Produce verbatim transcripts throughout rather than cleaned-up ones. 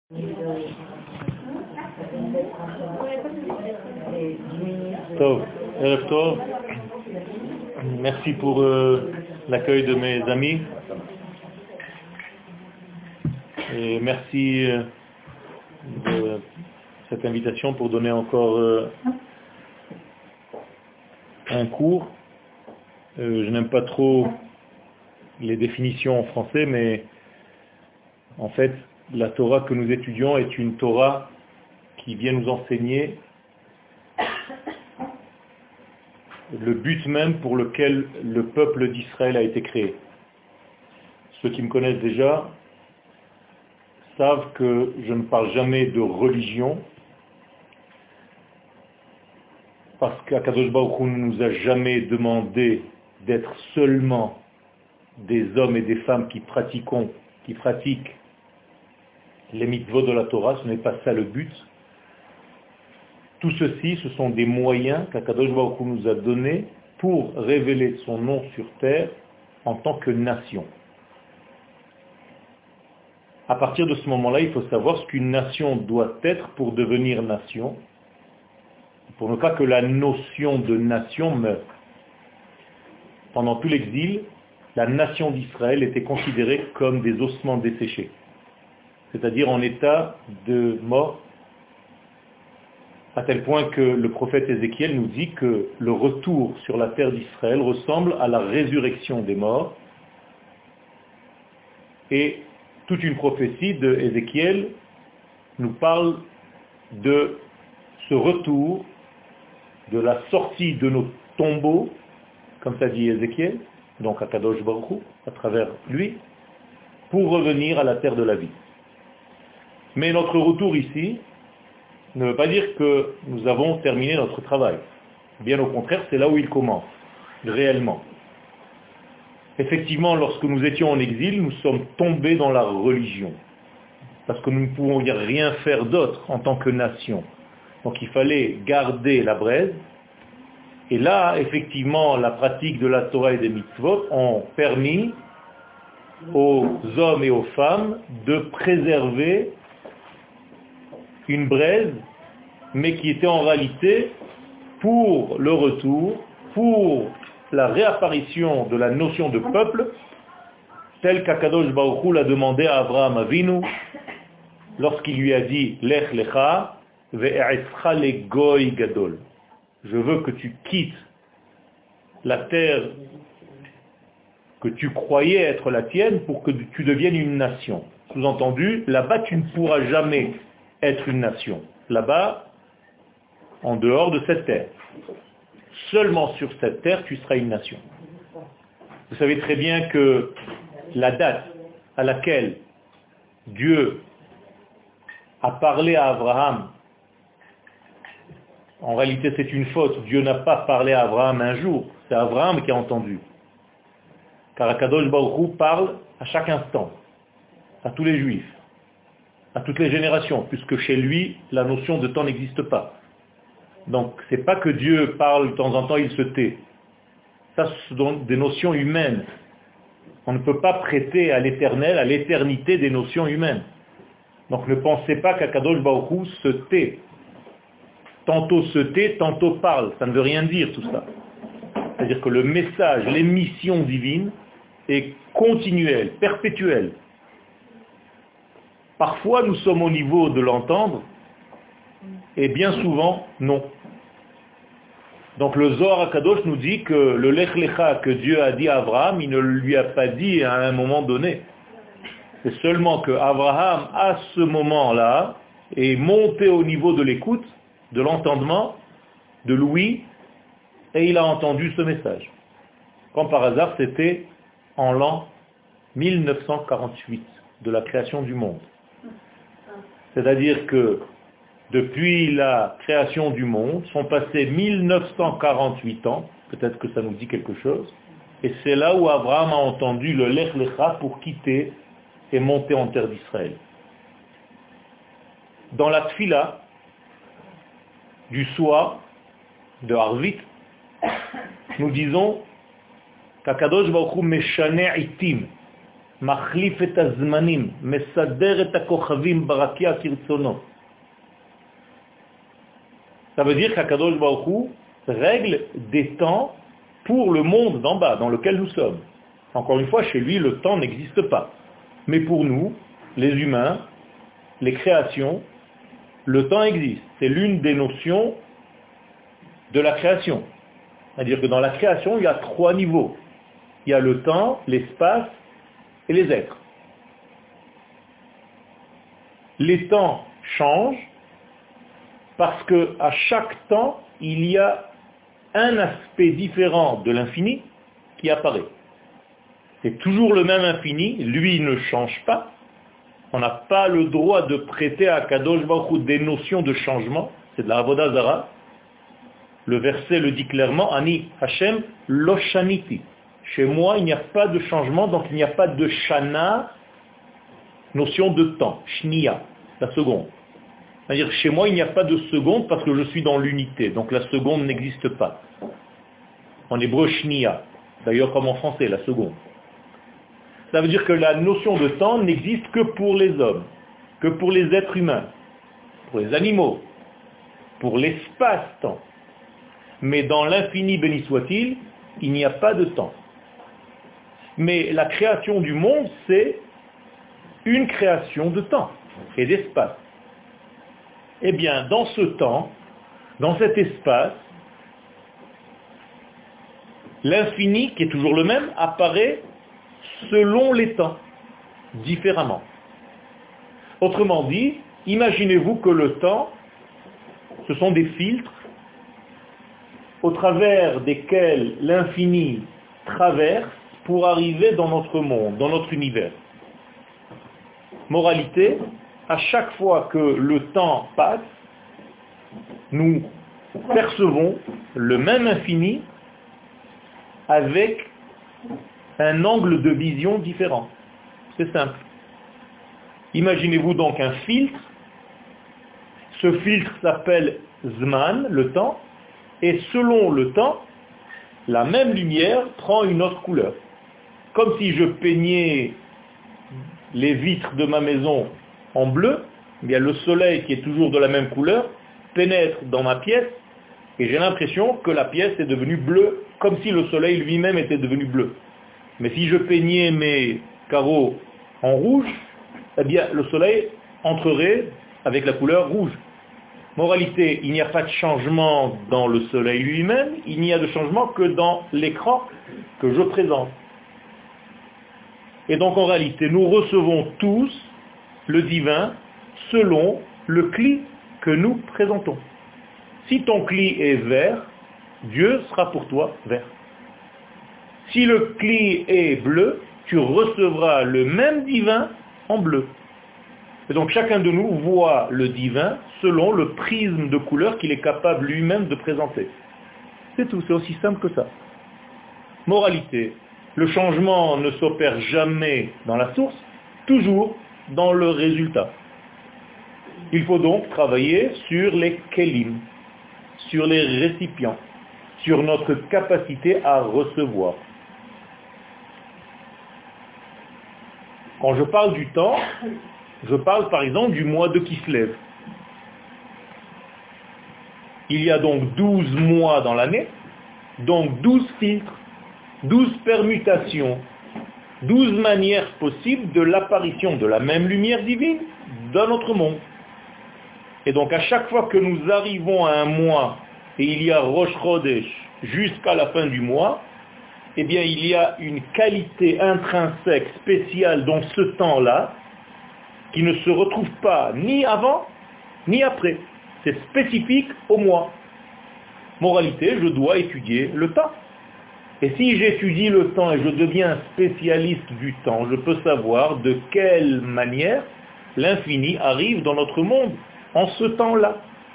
Tov, Erev Tov. Merci pour euh, l'accueil de mes amis et merci euh, de cette invitation pour donner encore euh, un cours. Euh, je n'aime pas trop les définitions en français, mais en fait, la Torah que nous étudions est une Torah qui vient nous enseigner le but même pour lequel le peuple d'Israël a été créé. Ceux qui me connaissent déjà savent que je ne parle jamais de religion, parce qu'Akadosh Baruch Hu ne nous a jamais demandé d'être seulement des hommes et des femmes qui pratiquons, qui pratiquent les mitzvot de la Torah. Ce n'est pas ça le but. Tout ceci, ce sont des moyens qu'Akadosh Baruch Hu nous a donnés pour révéler son nom sur terre en tant que nation. À partir de ce moment-là, il faut savoir ce qu'une nation doit être pour devenir nation, pour ne pas que la notion de nation meure. Pendant tout l'exil, la nation d'Israël était considérée comme des ossements desséchés, c'est-à-dire en état de mort, à tel point que le prophète Ézéchiel nous dit que le retour sur la terre d'Israël ressemble à la résurrection des morts. Et toute une prophétie de Ézéchiel nous parle de ce retour, de la sortie de nos tombeaux, comme ça dit Ézéchiel, donc à Kadosh Baruch Hu, à travers lui, pour revenir à la terre de la vie. Mais notre retour ici ne veut pas dire que nous avons terminé notre travail. Bien au contraire, c'est là où il commence, réellement. Effectivement, lorsque nous étions en exil, nous sommes tombés dans la religion, parce que nous ne pouvons rien faire d'autre en tant que nation. Donc il fallait garder la braise, et là, effectivement, la pratique de la Torah et des mitzvot ont permis aux hommes et aux femmes de préserver une braise, mais qui était en réalité pour le retour, pour la réapparition de la notion de peuple, telle qu'Akadosh Baruch Hu l'a demandé à Abraham Avinu, lorsqu'il lui a dit « Lech lecha ve'e'escha le goy gadol ». Je veux que tu quittes la terre que tu croyais être la tienne pour que tu deviennes une nation. Sous-entendu, là-bas tu ne pourras jamais être une nation. Là-bas, en dehors de cette terre. Seulement sur cette terre, tu seras une nation. Vous savez très bien que la date à laquelle Dieu a parlé à Abraham, en réalité c'est une faute. Dieu n'a pas parlé à Abraham un jour. C'est Abraham qui a entendu. Car Akadosh Baruch Hu parle à chaque instant, à tous les juifs, à toutes les générations, puisque chez lui, la notion de temps n'existe pas. Donc, ce n'est pas que Dieu parle de temps en temps, il se tait. Ça, ce sont des notions humaines. On ne peut pas prêter à l'éternel, à l'éternité des notions humaines. Donc, ne pensez pas qu'Akadosh Baruch Hu se tait. Tantôt se tait, tantôt parle. Ça ne veut rien dire, tout ça. C'est-à-dire que le message, l'émission divine est continuelle, perpétuelle. Parfois, nous sommes au niveau de l'entendre, et bien souvent, non. Donc le Zohar HaKadosh nous dit que le Lech Lecha que Dieu a dit à Abraham, il ne lui a pas dit à un moment donné. C'est seulement que Abraham, à ce moment-là, est monté au niveau de l'écoute, de l'entendement, de l'ouïe, et il a entendu ce message. Comme par hasard, c'était en l'an mille neuf cent quarante-huit de la création du monde. C'est-à-dire que depuis la création du monde, sont passés mille neuf cent quarante-huit ans, peut-être que ça nous dit quelque chose, et c'est là où Abraham a entendu le Lech Lecha pour quitter et monter en terre d'Israël. Dans la tfila du soir de Harvit, nous disons qu'Akadosh Baruch Hu Meshane Itim. מחליף את הזמנים, מסדר את הכוכבים ברקיע כרצונו. Ça veut dire qu'Akadosh Baruch Hu règle des temps pour le monde d'en bas, dans lequel nous sommes. Encore une fois, chez lui, le temps n'existe pas. Mais pour nous, les humains, les créations, le temps existe. C'est l'une des notions de la création. C'est-à-dire que dans la création, il y a trois niveaux. Il y a le temps, l'espace et les êtres. Les temps changent parce qu'à chaque temps, il y a un aspect différent de l'infini qui apparaît. C'est toujours le même infini, lui ne change pas. On n'a pas le droit de prêter à Kadosh Baruch Hu des notions de changement, c'est de la Avodah Zara. Le verset le dit clairement, Ani Hashem lo shaniti. Chez moi, il n'y a pas de changement, donc il n'y a pas de shana, notion de temps, shniya, la seconde. C'est-à-dire chez moi, il n'y a pas de seconde parce que je suis dans l'unité, donc la seconde n'existe pas. En hébreu, shniya, d'ailleurs comme en français, la seconde. Ça veut dire que la notion de temps n'existe que pour les hommes, que pour les êtres humains, pour les animaux, pour l'espace-temps. Mais dans l'infini, béni soit-il, il n'y a pas de temps. Mais la création du monde, c'est une création de temps et d'espace. Eh bien, dans ce temps, dans cet espace, l'infini, qui est toujours le même, apparaît selon les temps, différemment. Autrement dit, imaginez-vous que le temps, ce sont des filtres au travers desquels l'infini traverse pour arriver dans notre monde, dans notre univers. Moralité, à chaque fois que le temps passe, nous percevons le même infini avec un angle de vision différent. C'est simple. Imaginez-vous donc un filtre. Ce filtre s'appelle Zman, le temps, et selon le temps, la même lumière prend une autre couleur. Comme si je peignais les vitres de ma maison en bleu, eh bien le soleil qui est toujours de la même couleur pénètre dans ma pièce et j'ai l'impression que la pièce est devenue bleue, comme si le soleil lui-même était devenu bleu. Mais si je peignais mes carreaux en rouge, eh bien le soleil entrerait avec la couleur rouge. Moralité, il n'y a pas de changement dans le soleil lui-même, il n'y a de changement que dans l'écran que je présente. Et donc en réalité, nous recevons tous le divin selon le cli que nous présentons. Si ton cli est vert, Dieu sera pour toi vert. Si le cli est bleu, tu recevras le même divin en bleu. Et donc chacun de nous voit le divin selon le prisme de couleur qu'il est capable lui-même de présenter. C'est tout, c'est aussi simple que ça. Moralité, le changement ne s'opère jamais dans la source, toujours dans le résultat. Il faut donc travailler sur les kelim, sur les récipients, sur notre capacité à recevoir. Quand je parle du temps, je parle par exemple du mois de Kislev. Il y a donc douze mois dans l'année, donc douze filtres, douze permutations, douze manières possibles de l'apparition de la même lumière divine dans notre monde. Et donc à chaque fois que nous arrivons à un mois, et il y a Rosh Chodesh jusqu'à la fin du mois, eh bien il y a une qualité intrinsèque spéciale dans ce temps-là, qui ne se retrouve pas ni avant, ni après. C'est spécifique au mois. Moralité, je dois étudier le temps. Et si j'étudie le temps et je deviens spécialiste du temps, je peux savoir de quelle manière l'infini arrive dans notre monde en ce temps-là.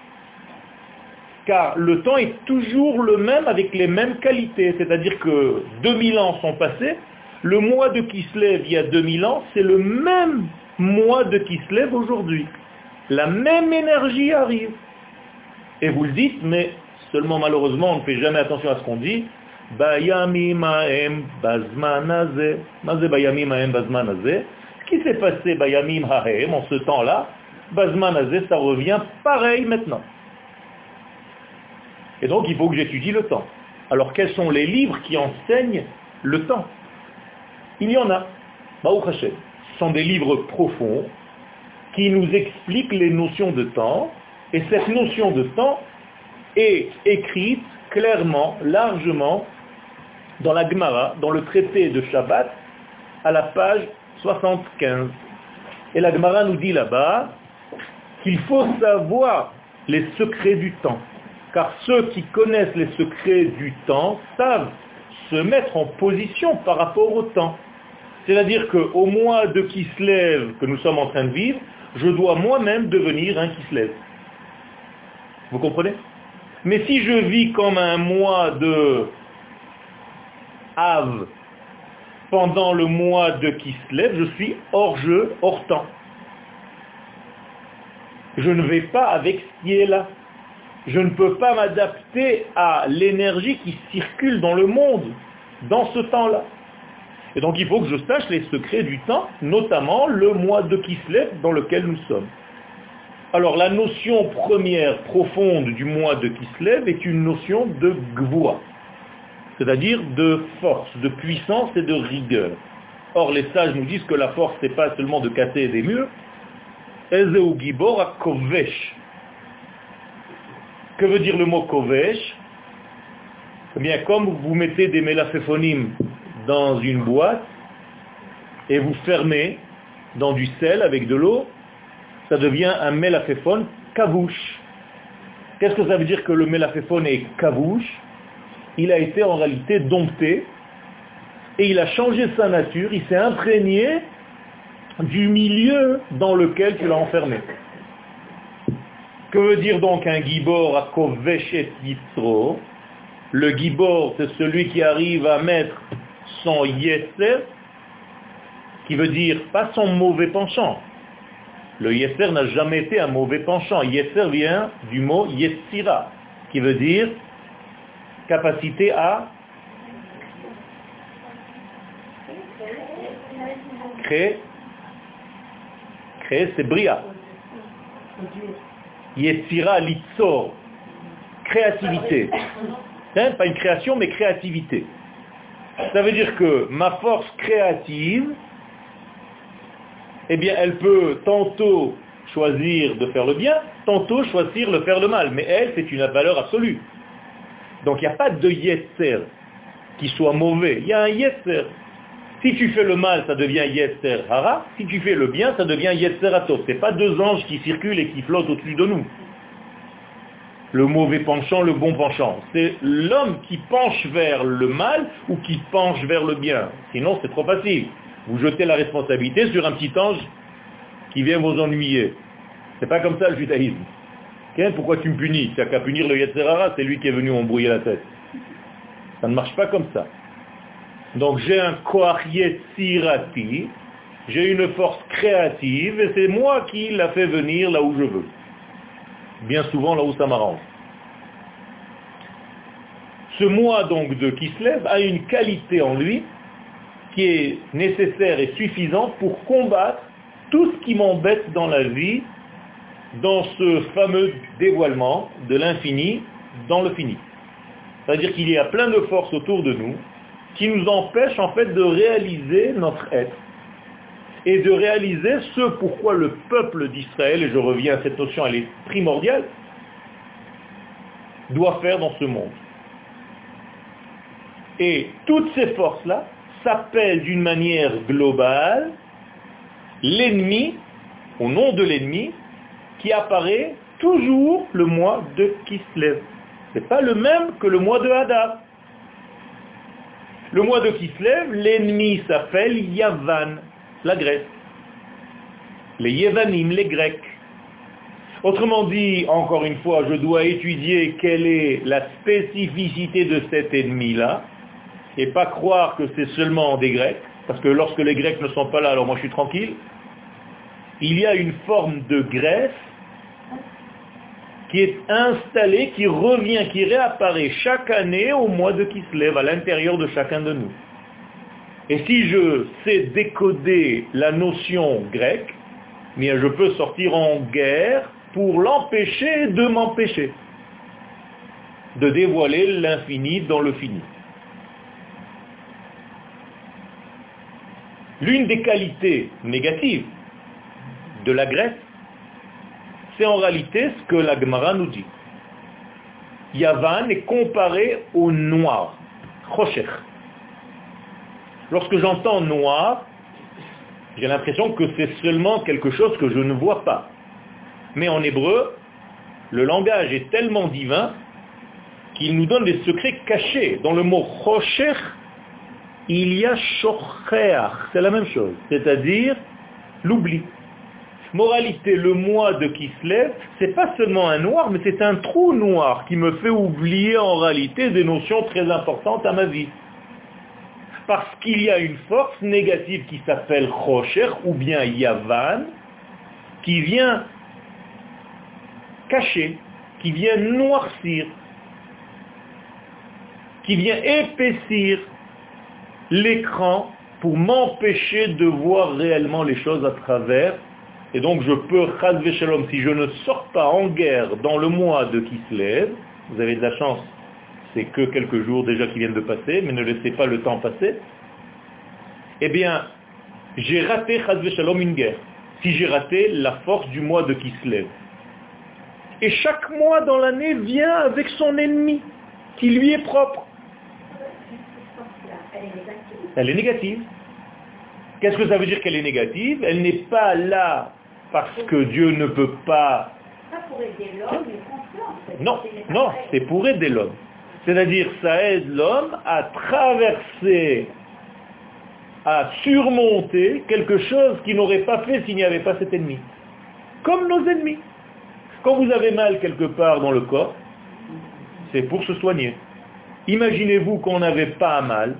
Car le temps est toujours le même avec les mêmes qualités. C'est-à-dire que deux mille ans sont passés, le mois de Kislev il y a deux mille ans, c'est le même mois de Kislev aujourd'hui. La même énergie arrive. Et vous le dites, mais seulement malheureusement on ne fait jamais attention à ce qu'on dit. Bayamim hahem bazman hazeh. Mazé bayamim hahem bazman hazeh. Ce qui s'est passé bayamim hahem en ce temps-là, bazman hazeh, ça revient pareil maintenant. Et donc il faut que j'étudie le temps. Alors quels sont les livres qui enseignent le temps? Il y en a. Baruch Hashem. Ce sont des livres profonds qui nous expliquent les notions de temps. Et cette notion de temps est écrite clairement, largement, dans la Gemara, dans le traité de Shabbat, à la page soixante-quinze. Et la Gemara nous dit là-bas qu'il faut savoir les secrets du temps. Car ceux qui connaissent les secrets du temps savent se mettre en position par rapport au temps. C'est-à-dire qu'au mois de Kislev que nous sommes en train de vivre, je dois moi-même devenir un Kislev. Vous comprenez? Mais si je vis comme un mois de Av pendant le mois de Kislev, je suis hors jeu, hors temps. Je ne vais pas avec ce qui est là. Je ne peux pas m'adapter à l'énergie qui circule dans le monde, dans ce temps-là. Et donc il faut que je sache les secrets du temps, notamment le mois de Kislev dans lequel nous sommes. Alors la notion première, profonde du mois de Kislev est une notion de Gvura, c'est-à-dire de force, de puissance et de rigueur. Or les sages nous disent que la force, c'est pas seulement de casser des murs, Ezeu Gibor à Kovesh. Que veut dire le mot Kovesh? Eh bien, comme vous mettez des mélaféphonim dans une boîte et vous fermez dans du sel avec de l'eau, ça devient un mélaféphone kavouche. Qu'est-ce que ça veut dire que le mélaféphone est kavouche? Il a été en réalité dompté et il a changé sa nature, il s'est imprégné du milieu dans lequel tu l'as enfermé. Que veut dire donc un gibor à kovesh et yitro? Le gibor, c'est celui qui arrive à mettre son yetzer, qui veut dire pas son mauvais penchant. Le yetzer n'a jamais été un mauvais penchant. Yetzer vient du mot yetzira, qui veut dire capacité à créer. Créer, c'est bria. Yetzira litzor, créativité. Hein, pas une création, mais créativité. Ça veut dire que ma force créative, eh bien, elle peut tantôt choisir de faire le bien, tantôt choisir de faire le mal. Mais elle, c'est une valeur absolue. Donc, il n'y a pas de yetzer qui soit mauvais. Il y a un yetzer. Si tu fais le mal, ça devient yetzer hara. Si tu fais le bien, ça devient yetzer atov. Ce n'est pas deux anges qui circulent et qui flottent au-dessus de nous. Le mauvais penchant, le bon penchant. C'est l'homme qui penche vers le mal ou qui penche vers le bien. Sinon, c'est trop facile. Vous jetez la responsabilité sur un petit ange qui vient vous ennuyer. C'est pas comme ça le judaïsme. Okay? Pourquoi tu me punis? Tu n'as qu'à punir le yetzer hara, c'est lui qui est venu m'embrouiller la tête. Ça ne marche pas comme ça. Donc j'ai un koach yetzirati, j'ai une force créative, et c'est moi qui la fais venir là où je veux. Bien souvent là où ça m'arrange. Ce mois donc de Kislev a une qualité en lui qui est nécessaire et suffisante pour combattre tout ce qui m'embête dans la vie, dans ce fameux dévoilement de l'infini dans le fini. C'est-à-dire qu'il y a plein de forces autour de nous qui nous empêchent en fait de réaliser notre être et de réaliser ce pourquoi le peuple d'Israël, et je reviens à cette notion, elle est primordiale, doit faire dans ce monde. Et toutes ces forces-là s'appellent d'une manière globale l'ennemi, au nom de l'ennemi, qui apparaît toujours le mois de Kislev. Ce n'est pas le même que le mois de Hadar. Le mois de Kislev, l'ennemi s'appelle Yavan, la Grèce. Les Yevanim, les Grecs. Autrement dit, encore une fois, je dois étudier quelle est la spécificité de cet ennemi-là, et pas croire que c'est seulement des Grecs, parce que lorsque les Grecs ne sont pas là, alors moi je suis tranquille. Il y a une forme de Grèce qui est installé, qui revient, qui réapparaît chaque année au mois de Kislev, à l'intérieur de chacun de nous. Et si je sais décoder la notion grecque, bien je peux sortir en guerre pour l'empêcher de m'empêcher, de dévoiler l'infini dans le fini. L'une des qualités négatives de la Grèce, c'est en réalité ce que la Gemara nous dit. Yavan est comparé au noir, Choshech. Lorsque j'entends noir, j'ai l'impression que c'est seulement quelque chose que je ne vois pas. Mais en hébreu, le langage est tellement divin qu'il nous donne des secrets cachés. Dans le mot Choshech, il y a Shocheach, c'est la même chose, c'est-à-dire l'oubli. Moralité, le mois de Kislev, c'est pas seulement un noir, mais c'est un trou noir qui me fait oublier en réalité des notions très importantes à ma vie. Parce qu'il y a une force négative qui s'appelle Choshech ou bien Yavan, qui vient cacher, qui vient noircir, qui vient épaissir l'écran pour m'empêcher de voir réellement les choses à travers. Et donc je peux, chas v'shalom, si je ne sors pas en guerre dans le mois de Kislev, vous avez de la chance, c'est que quelques jours déjà qui viennent de passer, mais ne laissez pas le temps passer, eh bien, j'ai raté, chas v'shalom, une guerre. Si j'ai raté la force du mois de Kislev. Et chaque mois dans l'année vient avec son ennemi, qui lui est propre. Elle est négative. Qu'est-ce que ça veut dire qu'elle est négative? Elle n'est pas là parce que Dieu ne peut pas... Ça pour aider l'homme, mais Non, non, c'est pour aider l'homme. C'est-à-dire, ça aide l'homme à traverser, à surmonter quelque chose qu'il n'aurait pas fait s'il n'y avait pas cet ennemi. Comme nos ennemis. Quand vous avez mal quelque part dans le corps, c'est pour se soigner. Imaginez-vous qu'on n'avait pas mal,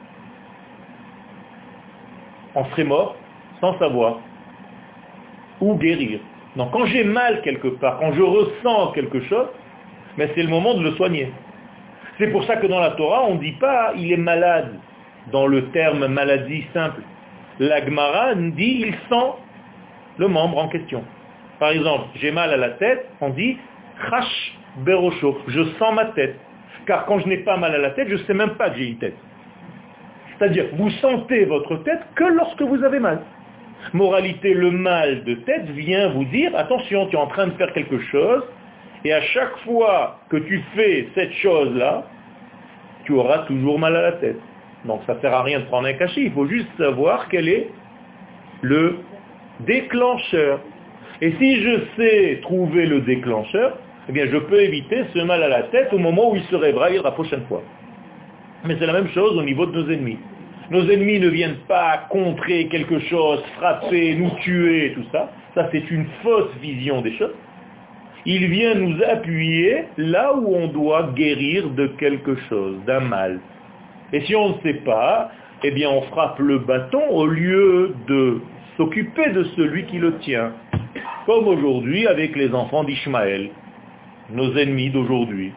on serait mort sans savoir ou guérir. Donc quand j'ai mal quelque part, quand je ressens quelque chose, mais c'est le moment de le soigner. C'est pour ça que dans la Torah, on ne dit pas il est malade, dans le terme maladie simple. La Gemara dit il sent le membre en question. Par exemple, j'ai mal à la tête, on dit chash berosho, je sens ma tête. Car quand je n'ai pas mal à la tête, je ne sais même pas que j'ai une tête. C'est-à-dire, vous sentez votre tête que lorsque vous avez mal. Moralité, le mal de tête vient vous dire, attention, tu es en train de faire quelque chose, et à chaque fois que tu fais cette chose-là, tu auras toujours mal à la tête. Donc ça ne sert à rien de prendre un cachet, il faut juste savoir quel est le déclencheur. Et si je sais trouver le déclencheur, eh bien je peux éviter ce mal à la tête au moment où il se réveille la prochaine fois. Mais c'est la même chose au niveau de nos ennemis. Nos ennemis ne viennent pas contrer quelque chose, frapper, nous tuer, tout ça. Ça, c'est une fausse vision des choses. Il vient nous appuyer là où on doit guérir de quelque chose, d'un mal. Et si on ne sait pas, eh bien on frappe le bâton au lieu de s'occuper de celui qui le tient. Comme aujourd'hui avec les enfants d'Ishmaël, nos ennemis d'aujourd'hui.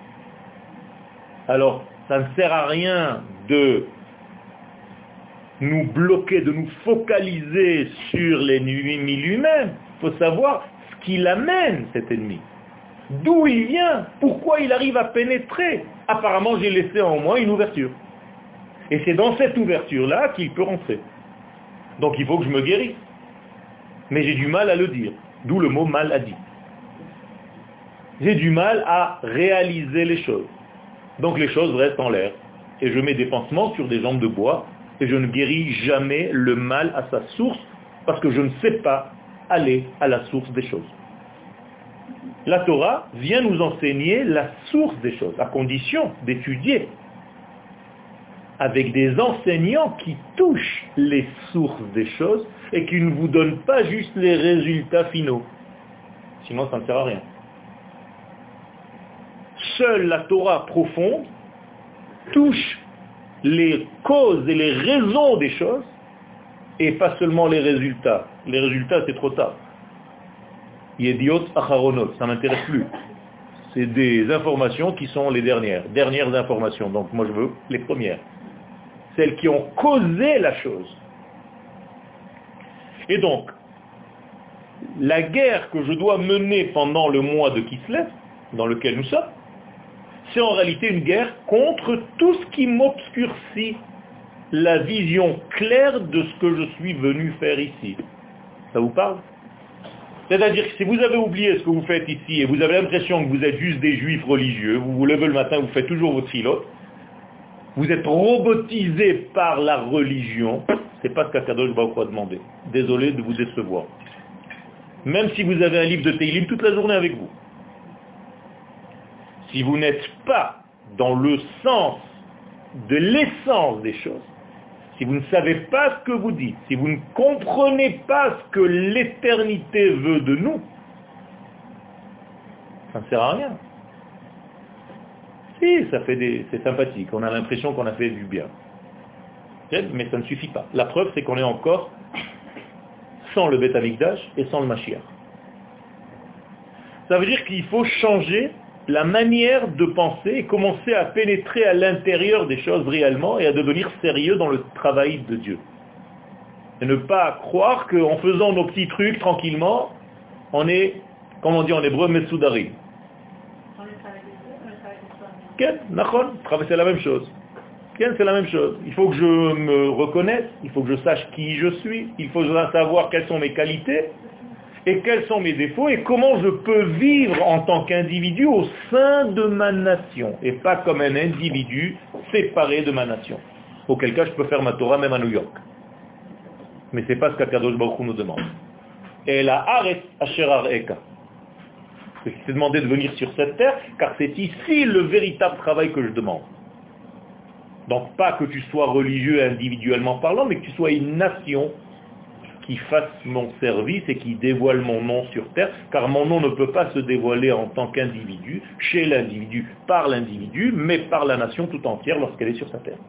Alors, ça ne sert à rien de nous bloquer, de nous focaliser sur l'ennemi lui-même. Il faut savoir ce qui l'amène, cet ennemi. D'où il vient, pourquoi il arrive à pénétrer. Apparemment, j'ai laissé en moi une ouverture. Et c'est dans cette ouverture-là qu'il peut rentrer. Donc il faut que je me guérisse. Mais j'ai du mal à le dire. D'où le mot maladie. J'ai du mal à réaliser les choses. Donc les choses restent en l'air. Et je mets des pansements sur des jambes de bois. Et je ne guéris jamais le mal à sa source. Parce que je ne sais pas aller à la source des choses. La Torah vient nous enseigner la source des choses, à condition d'étudier avec des enseignants qui touchent les sources des choses et qui ne vous donnent pas juste les résultats finaux. Sinon, ça ne sert à rien. Seule la Torah profonde touche les causes et les raisons des choses et pas seulement les résultats. Les résultats, c'est trop tard. Yediot Acharonot, ça ne m'intéresse plus. C'est des informations qui sont les dernières, dernières informations. Donc moi je veux les premières. Celles qui ont causé la chose. Et donc, la guerre que je dois mener pendant le mois de Kislev, dans lequel nous sommes, c'est en réalité une guerre contre tout ce qui m'obscurcit la vision claire de ce que je suis venu faire ici. Ça vous parle? C'est-à-dire que si vous avez oublié ce que vous faites ici et vous avez l'impression que vous êtes juste des juifs religieux, vous vous levez le matin, vous faites toujours votre filote, vous êtes robotisé par la religion, c'est pas ce qu'Akadosh Baruch Hu a demandé. Désolé de vous décevoir. Même si vous avez un livre de Teilim toute la journée avec vous. Si vous n'êtes pas dans le sens de l'essence des choses, si vous ne savez pas ce que vous dites, si vous ne comprenez pas ce que l'éternité veut de nous, ça ne sert à rien. Si, ça fait des, c'est sympathique, on a l'impression qu'on a fait du bien. Mais ça ne suffit pas. La preuve, c'est qu'on est encore sans le Beth Amikdash et sans le Mashiach. Ça veut dire qu'il faut changer la manière de penser et commencer à pénétrer à l'intérieur des choses réellement et à devenir sérieux dans le travail de Dieu. Et ne pas croire qu'en faisant nos petits trucs tranquillement, on est, comme on dit en hébreu, Mesudari. Ken, Nachon, c'est la même chose. Ken, c'est la même chose. Il faut que je me reconnaisse, il faut que je sache qui je suis, il faut savoir quelles sont mes qualités, et quels sont mes défauts et comment je peux vivre en tant qu'individu au sein de ma nation et pas comme un individu séparé de ma nation. Auquel cas je peux faire ma Torah même à New York. Mais ce n'est pas ce qu'Akadosh Baruch Hu nous demande. Et la Haaretz Asher Ar'eka. C'est demandé de venir sur cette terre car c'est ici le véritable travail que je demande. Donc pas que tu sois religieux individuellement parlant, mais que tu sois une nation qui fasse mon service et qui dévoile mon nom sur terre, car mon nom ne peut pas se dévoiler en tant qu'individu, chez l'individu, par l'individu, mais par la nation tout entière lorsqu'elle est sur sa terre.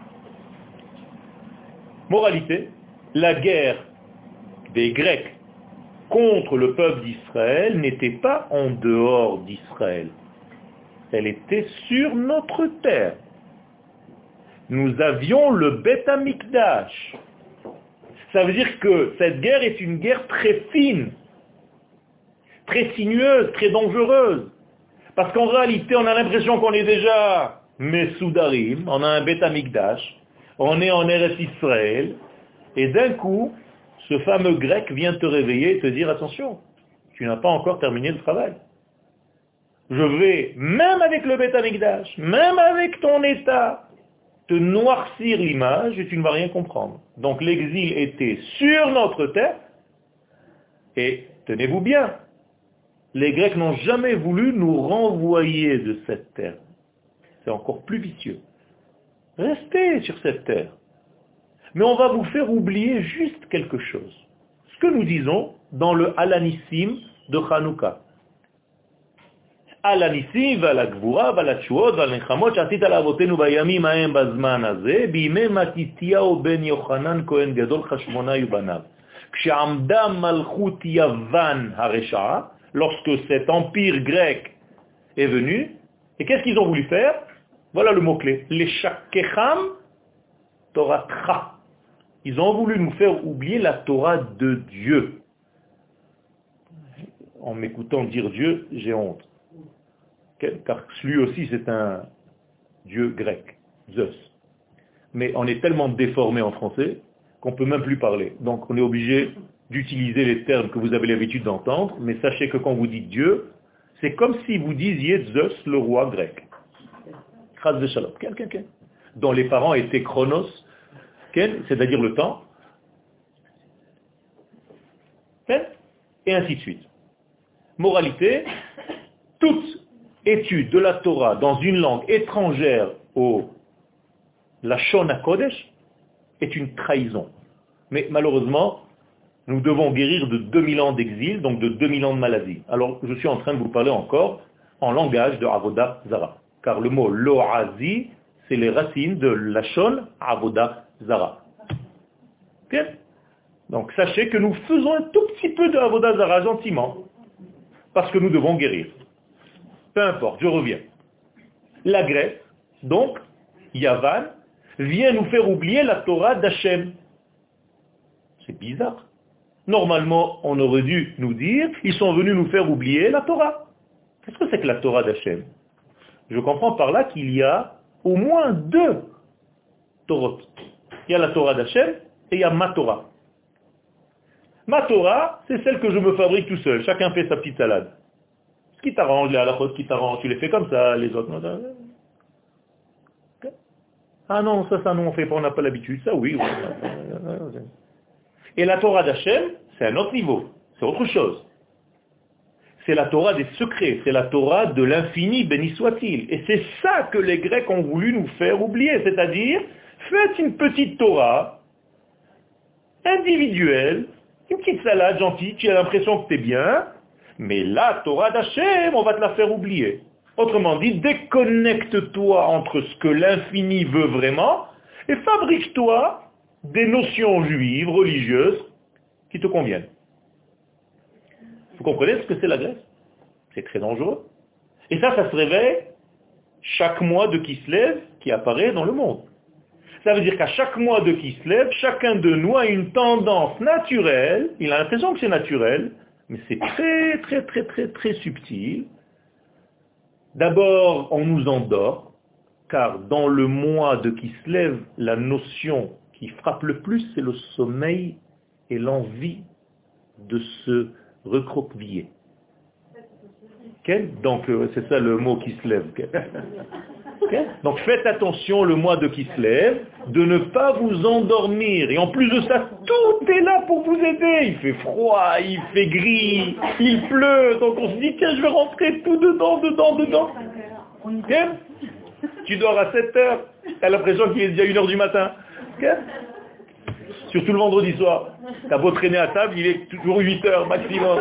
Moralité, la guerre des Grecs contre le peuple d'Israël n'était pas en dehors d'Israël. Elle était sur notre terre. Nous avions le Beth Amikdash. Ça veut dire que cette guerre est une guerre très fine, très sinueuse, très dangereuse. Parce qu'en réalité, on a l'impression qu'on est déjà Mesoudarim, on a un Beth Amikdash, on est en Eretz Israël, et d'un coup, ce fameux grec vient te réveiller et te dire, attention, tu n'as pas encore terminé le travail. Je vais, même avec le Beth Amikdash, même avec ton état, te noircir l'image et tu ne vas rien comprendre. Donc l'exil était sur notre terre, et tenez-vous bien, les Grecs n'ont jamais voulu nous renvoyer de cette terre. C'est encore plus vicieux. Restez sur cette terre. Mais on va vous faire oublier juste quelque chose. Ce que nous disons dans le Alanissim de Hanouka. על הניסים ועל הגבורה ועל התשועות ועל מלחמות שעשית לאבותינו בימים ההם בזמן הזה, בימי מתתיהו בן יוחנן כהן גדול חשמונאי ובניו. כשעמדה מלכות יוון הרשעה, lorsque cet empire grec est venu, et qu'est-ce qu'ils ont voulu faire? Voilà le mot-clé. Les shakecham Torah. Ils ont voulu nous faire oublier la Torah de Dieu. En m'écoutant dire Dieu, j'ai honte. Car lui aussi c'est un dieu grec, Zeus. Mais on est tellement déformé en français qu'on ne peut même plus parler. Donc on est obligé d'utiliser les termes que vous avez l'habitude d'entendre, mais sachez que quand vous dites Dieu, c'est comme si vous disiez Zeus, le roi grec. Chaz de Shalom, dont les parents étaient Chronos, c'est-à-dire le temps, et ainsi de suite. Moralité, toute étude de la Torah dans une langue étrangère au Lashon HaKodesh est une trahison. Mais malheureusement, nous devons guérir de deux mille ans d'exil, donc de deux mille ans de maladie. Alors, je suis en train de vous parler encore en langage de Avoda Zara. Car le mot Loazi, c'est les racines de Lashon Avoda Zara. Okay? Donc, sachez que nous faisons un tout petit peu de Avoda Zara, gentiment. parce que nous devons guérir. Peu importe, je reviens. La Grèce, donc, Yavan, vient nous faire oublier la Torah d'Hachem. C'est bizarre. Normalement, on aurait dû nous dire, ils sont venus nous faire oublier la Torah. Qu'est-ce que c'est que la Torah d'Hachem? Je comprends par là qu'il y a au moins deux Torot. Il y a la Torah d'Hachem et il y a ma Torah. Ma Torah, c'est celle que je me fabrique tout seul. Chacun fait sa petite salade. Ce qui t'arrange, les halachot qui t'arrange, tu les fais comme ça, les autres. Ah non, ça, ça, non, on fait pas, on n'a pas l'habitude. Ça, oui. oui. Et la Torah d'Hachem, c'est un autre niveau. C'est autre chose. C'est la Torah des secrets. C'est la Torah de l'infini, béni soit-il. Et c'est ça que les Grecs ont voulu nous faire oublier. C'est-à-dire, faites une petite Torah individuelle, une petite salade gentille, tu as l'impression que tu es bien, mais la Torah d'Hachem, on va te la faire oublier. Autrement dit, déconnecte-toi entre ce que l'infini veut vraiment et fabrique-toi des notions juives, religieuses, qui te conviennent. Vous comprenez ce que c'est la Grèce? C'est très dangereux. Et ça, ça se réveille chaque mois de Kislev qui apparaît dans le monde. Ça veut dire qu'à chaque mois de Kislev, chacun de nous a une tendance naturelle, il a l'impression que c'est naturel, mais c'est très, très, très, très, très subtil. D'abord, on nous endort, car dans le mois de Kislev, la notion qui frappe le plus, c'est le sommeil et l'envie de se recroqueviller. Okay? Donc, euh, c'est ça le mot Kislev. Okay? Okay? Donc, faites attention le mois de Kislev, de ne pas vous endormir. Et en plus de ça, tout est là pour vous aider. Il fait froid, il fait gris, il pleut. Donc, on se dit, tiens, je vais rentrer tout dedans, dedans, dedans. Okay? Tu dors à sept heures. Tu as l'impression qu'il est déjà une heure du matin. Okay? Surtout le vendredi soir. Tu as beau traîner à table, il est toujours huit heures maximum.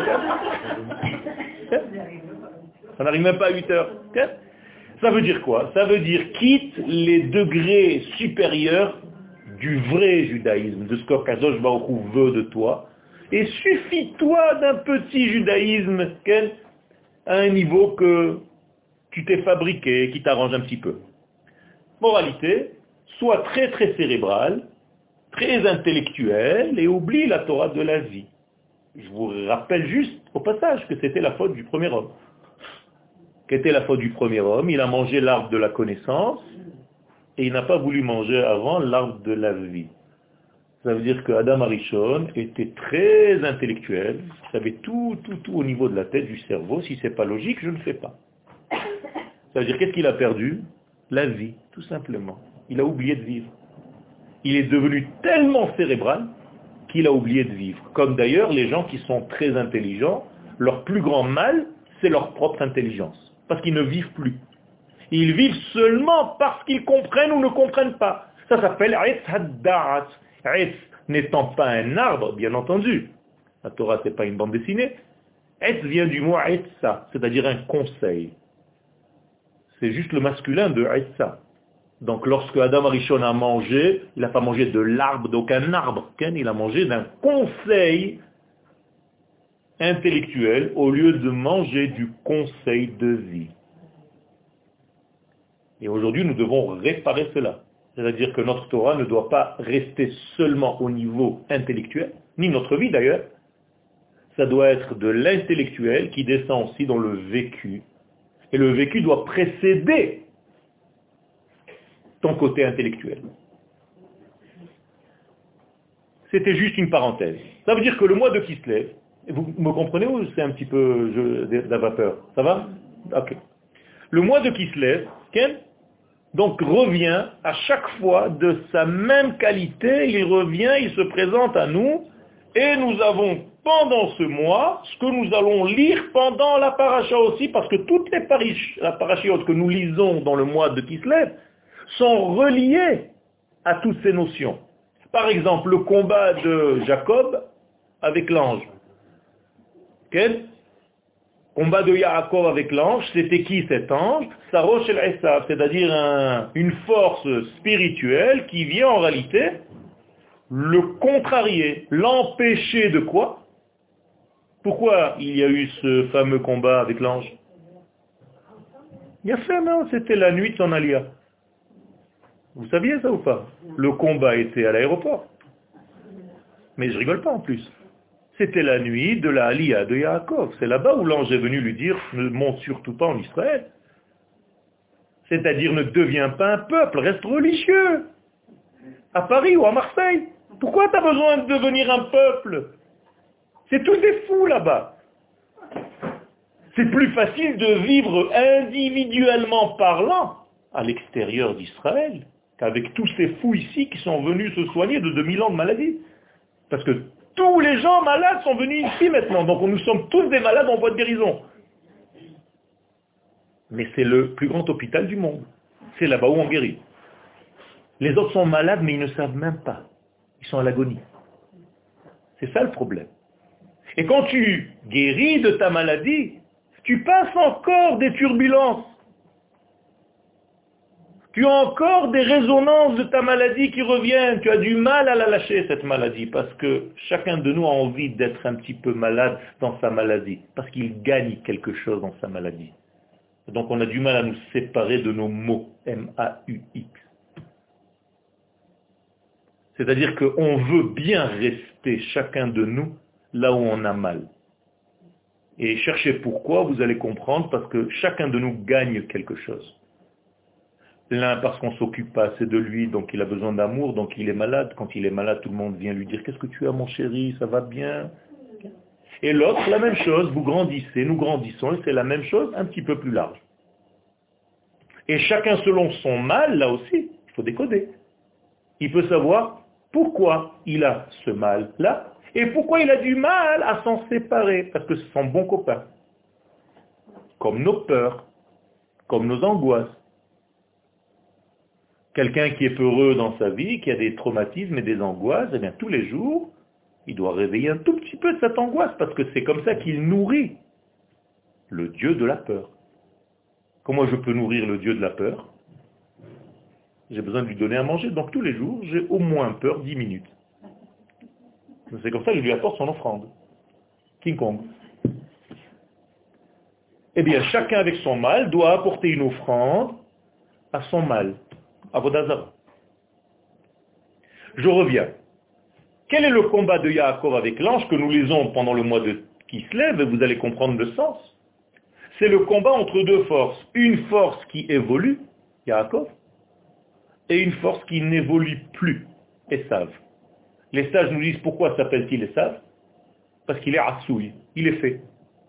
Okay? Ça n'arrive même pas à huit heures. Okay? Ça veut dire quoi? Ça veut dire quitte les degrés supérieurs du vrai judaïsme, de ce qu'Akadosh Baruch Hu veut de toi, et suffis-toi d'un petit judaïsme okay, à un niveau que tu t'es fabriqué, qui t'arrange un petit peu. Moralité, sois très très cérébral, très intellectuel, et oublie la Torah de la vie. Je vous rappelle juste au passage que c'était la faute du premier homme. Qu'était la faute du premier homme? Il a mangé l'arbre de la connaissance et il n'a pas voulu manger avant l'arbre de la vie. Ça veut dire que Adam Arishon était très intellectuel, il savait tout, tout, tout au niveau de la tête, du cerveau. Si c'est pas logique, je ne fais pas. Ça veut dire qu'est-ce qu'il a perdu? La vie, tout simplement. Il a oublié de vivre. Il est devenu tellement cérébral qu'il a oublié de vivre. Comme d'ailleurs les gens qui sont très intelligents, leur plus grand mal, c'est leur propre intelligence. Parce qu'ils ne vivent plus. Ils vivent seulement parce qu'ils comprennent ou ne comprennent pas. Ça s'appelle Etz Hadda'at. Etz n'étant pas un arbre, bien entendu. La Torah, c'est pas une bande dessinée. Etz vient du mot Etza, c'est-à-dire un conseil. C'est juste le masculin de Etza. Donc lorsque Adam Arishon a mangé, il n'a pas mangé de l'arbre, d'aucun arbre. Il a mangé d'un conseil intellectuel au lieu de manger du conseil de vie. Et aujourd'hui, nous devons réparer cela. C'est-à-dire que notre Torah ne doit pas rester seulement au niveau intellectuel, ni notre vie d'ailleurs. Ça doit être de l'intellectuel qui descend aussi dans le vécu. Et le vécu doit précéder ton côté intellectuel. C'était juste une parenthèse. Ça veut dire que le mois de Kislev, vous me comprenez ou c'est un petit peu je, de la vapeur? Ça va? Ok. Le mois de Kislev, Ken, donc revient à chaque fois de sa même qualité, il revient, il se présente à nous, et nous avons pendant ce mois, ce que nous allons lire pendant la paracha aussi, parce que toutes les parachiotes que nous lisons dans le mois de Kislev sont reliées à toutes ces notions. Par exemple, le combat de Jacob avec l'ange. Quel combat de Yaakov avec l'ange, c'était qui cet ange? Sarosh el Esav, c'est-à-dire un, une force spirituelle qui vient en réalité le contrarier, l'empêcher de quoi? Pourquoi il y a eu ce fameux combat avec l'ange? Il y a fait, non, c'était la nuit de son alia. Vous saviez ça ou pas? Le combat était à l'aéroport. Mais je rigole pas en plus. C'était la nuit de la alia de Yaakov. C'est là-bas où l'ange est venu lui dire, ne monte surtout pas en Israël. C'est-à-dire ne deviens pas un peuple, reste religieux. À Paris ou à Marseille. Pourquoi tu as besoin de devenir un peuple? C'est tous des fous là-bas. C'est plus facile de vivre individuellement parlant à l'extérieur d'Israël qu'avec tous ces fous ici qui sont venus se soigner de deux mille ans de maladie. Parce que tous les gens malades sont venus ici maintenant. Donc nous sommes tous des malades en voie de guérison. Mais c'est le plus grand hôpital du monde. C'est là-bas où on guérit. Les autres sont malades, mais ils ne savent même pas. Ils sont à l'agonie. C'est ça le problème. Et quand tu guéris de ta maladie, tu passes encore des turbulences. Tu as encore des résonances de ta maladie qui reviennent. Tu as du mal à la lâcher, cette maladie, parce que chacun de nous a envie d'être un petit peu malade dans sa maladie, parce qu'il gagne quelque chose dans sa maladie. Donc on a du mal à nous séparer de nos mots, M A U X. C'est-à-dire qu'on veut bien rester, chacun de nous, là où on a mal. Et cherchez pourquoi, vous allez comprendre, parce que chacun de nous gagne quelque chose. L'un parce qu'on ne s'occupe pas assez de lui, donc il a besoin d'amour, donc il est malade. Quand il est malade, tout le monde vient lui dire « Qu'est-ce que tu as mon chéri, ça va bien ?» Et l'autre, la même chose, vous grandissez, nous grandissons, et c'est la même chose, un petit peu plus large. Et chacun selon son mal, là aussi, il faut décoder. Il peut savoir pourquoi il a ce mal-là, et pourquoi il a du mal à s'en séparer, parce que c'est son bon copain. Comme nos peurs, comme nos angoisses. Quelqu'un qui est peureux dans sa vie, qui a des traumatismes et des angoisses, eh bien tous les jours, il doit réveiller un tout petit peu de cette angoisse, parce que c'est comme ça qu'il nourrit le Dieu de la peur. Comment je peux nourrir le Dieu de la peur? J'ai besoin de lui donner à manger, donc tous les jours, j'ai au moins peur dix minutes. C'est comme ça que je lui apporte son offrande. King Kong. Eh bien, chacun avec son mal doit apporter une offrande à son mal, à Vodazara. Je reviens. Quel est le combat de Yaakov avec l'ange que nous lisons pendant le mois de Kislev, et vous allez comprendre le sens? C'est le combat entre deux forces. Une force qui évolue, Yaakov, et une force qui n'évolue plus, Esav. Les sages nous disent pourquoi s'appelle-t-il Esav? Parce qu'il est Assoui, il est fait.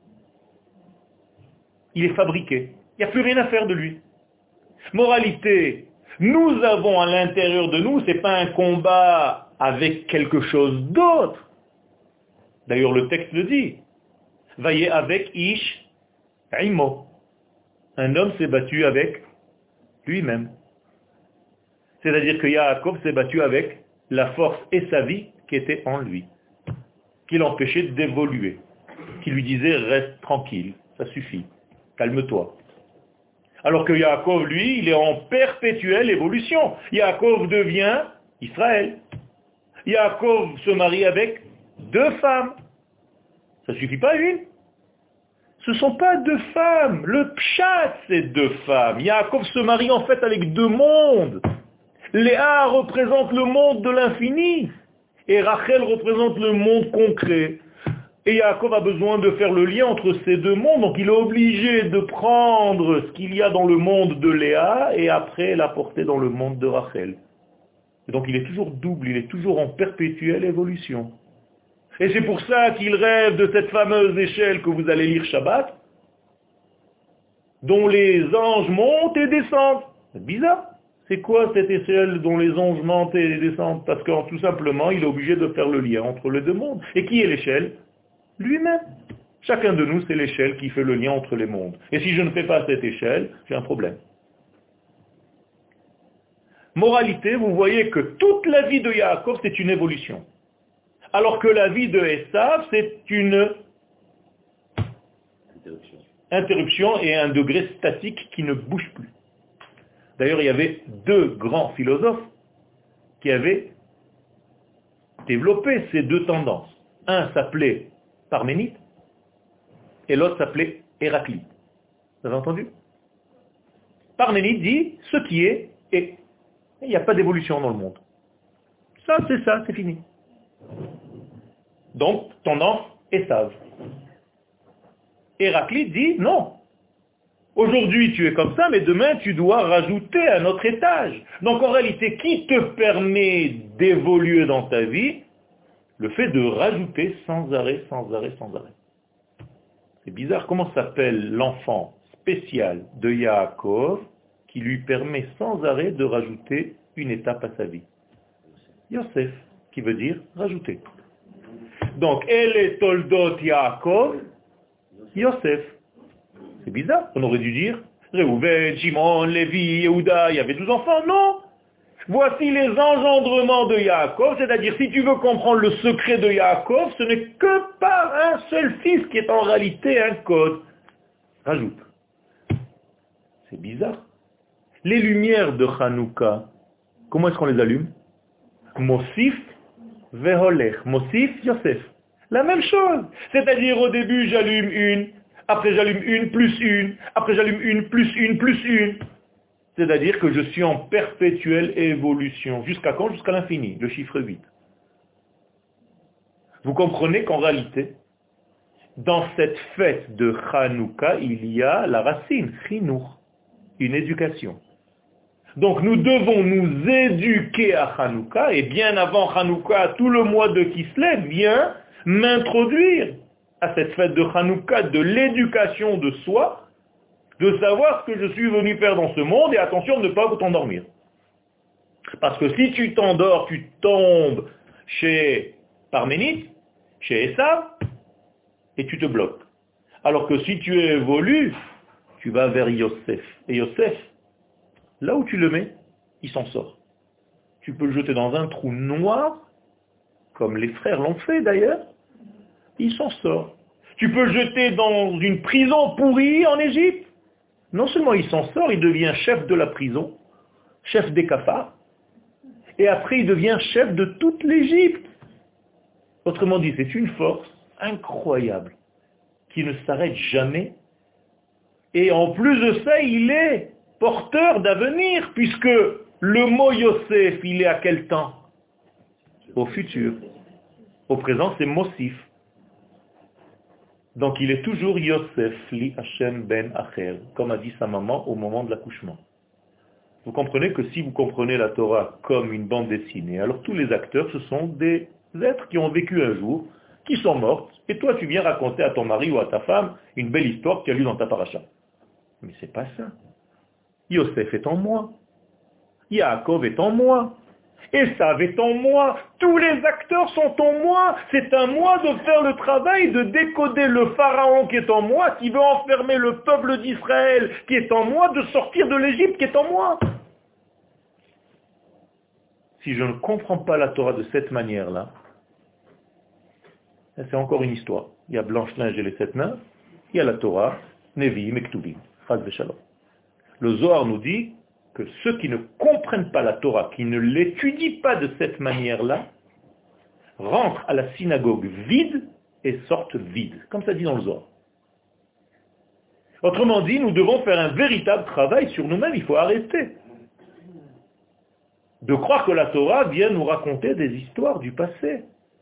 Il est fabriqué. Il n'y a plus rien à faire de lui. Moralité, nous avons à l'intérieur de nous, ce n'est pas un combat avec quelque chose d'autre. D'ailleurs, le texte le dit. Vaillez avec Ish Imo. Un homme s'est battu avec lui-même. C'est-à-dire que Yaakov s'est battu avec la force et sa vie qui était en lui, qui l'empêchait d'évoluer, qui lui disait reste tranquille, ça suffit, calme-toi. Alors que Yaakov, lui, il est en perpétuelle évolution. Yaakov devient Israël. Yaakov se marie avec deux femmes. Ça ne suffit pas une. Ce ne sont pas deux femmes. Le pshat, c'est deux femmes. Yaakov se marie en fait avec deux mondes. Léa représente le monde de l'infini. Et Rachel représente le monde concret. Et Yaakov a besoin de faire le lien entre ces deux mondes. Donc il est obligé de prendre ce qu'il y a dans le monde de Léa et après l'apporter dans le monde de Rachel. Et donc il est toujours double, il est toujours en perpétuelle évolution. Et c'est pour ça qu'il rêve de cette fameuse échelle que vous allez lire Shabbat, dont les anges montent et descendent. C'est bizarre. C'est quoi cette échelle dont les anges montent et descendent? Parce que tout simplement, il est obligé de faire le lien entre les deux mondes. Et qui est l'échelle? Lui-même. Chacun de nous, c'est l'échelle qui fait le lien entre les mondes. Et si je ne fais pas cette échelle, j'ai un problème. Moralité, vous voyez que toute la vie de Yaakov, c'est une évolution. Alors que la vie de Esav, c'est une interruption. interruption et un degré statique qui ne bouge plus. D'ailleurs, il y avait deux grands philosophes qui avaient développé ces deux tendances. Un s'appelait Parménide et l'autre s'appelait Héraclite. Vous avez entendu? Parménide dit, ce qui est, est. Il n'y a pas d'évolution dans le monde. Ça, c'est ça, c'est fini. Donc, tendance Esav. Héraclite dit, non. Aujourd'hui, tu es comme ça, mais demain, tu dois rajouter un autre étage. Donc, en réalité, qui te permet d'évoluer dans ta vie? Le fait de rajouter sans arrêt, sans arrêt, sans arrêt. C'est bizarre. Comment s'appelle l'enfant spécial de Yaakov qui lui permet sans arrêt de rajouter une étape à sa vie? Yosef, qui veut dire rajouter. Donc, elle est Toldot Yaakov, Yosef. C'est bizarre, on aurait dû dire Réhouven, Shimon, Lévi, Yehuda, il y avait douze enfants, non. Voici les engendrements de Yaakov, c'est-à-dire si tu veux comprendre le secret de Yaakov, ce n'est que par un seul fils qui est en réalité un code. Rajoute. C'est bizarre. Les lumières de Hanouka, comment est-ce qu'on les allume? Mosif veholech. Mosif, Yosef. La même chose. C'est-à-dire au début j'allume une, après j'allume une plus une, après j'allume une plus une plus une. C'est-à-dire que je suis en perpétuelle évolution. Jusqu'à quand? Jusqu'à l'infini, le chiffre huit. Vous comprenez qu'en réalité, dans cette fête de Hanouka, il y a la racine, chinour, une éducation. Donc nous devons nous éduquer à Hanouka, et bien avant Hanouka, tout le mois de Kislev vient m'introduire à cette fête de Hanouka, de l'éducation de soi, de savoir ce que je suis venu faire dans ce monde, et attention de ne pas t'endormir. Parce que si tu t'endors, tu tombes chez Parménide, chez Esav, et tu te bloques. Alors que si tu évolues, tu vas vers Yosef. Et Yosef, là où tu le mets, il s'en sort. Tu peux le jeter dans un trou noir, comme les frères l'ont fait d'ailleurs, il s'en sort. Tu peux le jeter dans une prison pourrie en Égypte. Non seulement il s'en sort, il devient chef de la prison, chef des cafards, et après il devient chef de toute l'Égypte. Autrement dit, c'est une force incroyable, qui ne s'arrête jamais. Et en plus de ça, il est porteur d'avenir, puisque le mot Yosef, il est à quel temps? Au futur. Au présent, c'est Mosif. Donc il est toujours Yosef, li Hashem ben Acher, comme a dit sa maman au moment de l'accouchement. Vous comprenez que si vous comprenez la Torah comme une bande dessinée, alors tous les acteurs, ce sont des êtres qui ont vécu un jour, qui sont morts, et toi tu viens raconter à ton mari ou à ta femme une belle histoire que tu as lue dans ta paracha. Mais c'est pas ça. Yosef est en moi. Yaakov est en moi. Esav est en moi. Tous les acteurs sont en moi. C'est à moi de faire le travail de décoder le pharaon qui est en moi, qui veut enfermer le peuple d'Israël qui est en moi, de sortir de l'Égypte qui est en moi. Si je ne comprends pas la Torah de cette manière-là, c'est encore une histoire. Il y a Blanche-Neige et les sept nains, il y a la Torah, Nevi'im et Ktuvim. Chas v'shalom. Le Zohar nous dit que ceux qui ne comprennent pas la Torah, qui ne l'étudient pas de cette manière-là, rentrent à la synagogue vide et sortent vides, comme ça dit dans le Zohar. Autrement dit, nous devons faire un véritable travail sur nous-mêmes, il faut arrêter de croire que la Torah vient nous raconter des histoires du passé.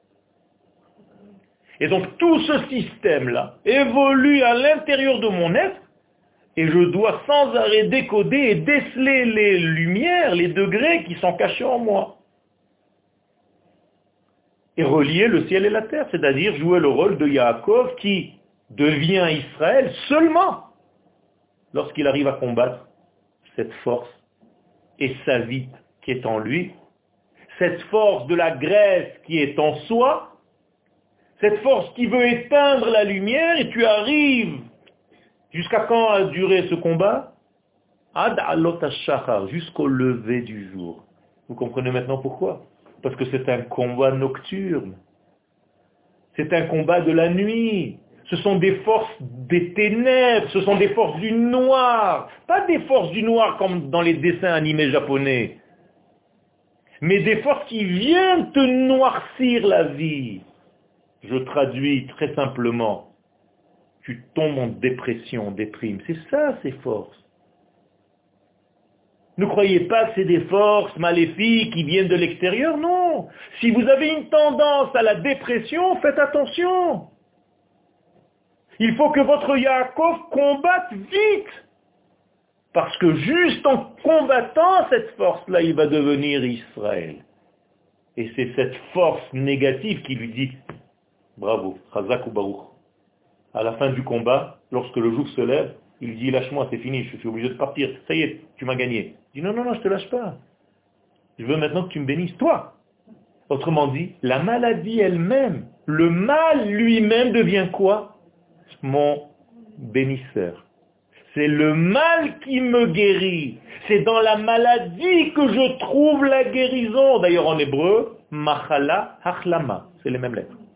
Et donc tout ce système-là évolue à l'intérieur de mon être, et je dois sans arrêt décoder et déceler les lumières, les degrés qui sont cachés en moi. Et relier le ciel et la terre, c'est-à-dire jouer le rôle de Yaakov qui devient Israël seulement lorsqu'il arrive à combattre cette force et sa vie qui est en lui, cette force de la Grèce qui est en soi, cette force qui veut éteindre la lumière, et tu arrives. Jusqu'à quand a duré ce combat? Ad alot hashachar, jusqu'au lever du jour. Vous comprenez maintenant pourquoi? Parce que c'est un combat nocturne. C'est un combat de la nuit. Ce sont des forces des ténèbres, ce sont des forces du noir. Pas des forces du noir comme dans les dessins animés japonais, mais des forces qui viennent te noircir la vie. Je traduis très simplement. tu tombes en dépression, en déprime. C'est ça, ces forces. Ne croyez pas que c'est des forces maléfiques qui viennent de l'extérieur, non. Si vous avez une tendance à la dépression, faites attention. Il faut que votre Yaakov combatte vite. Parce que juste en combattant cette force-là, il va devenir Israël. Et c'est cette force négative qui lui dit, bravo, Chazak ou Baruch. À la fin du combat, lorsque le jour se lève, il dit, lâche-moi, c'est fini, je suis obligé de partir. Ça y est, tu m'as gagné. Il dit, non, non, non, je te lâche pas. Je veux maintenant que tu me bénisses, toi. Autrement dit, la maladie elle-même, le mal lui-même devient quoi? Mon bénisseur. C'est le mal qui me guérit. C'est dans la maladie que je trouve la guérison. D'ailleurs en hébreu, machala, hachlama, c'est les mêmes lettres.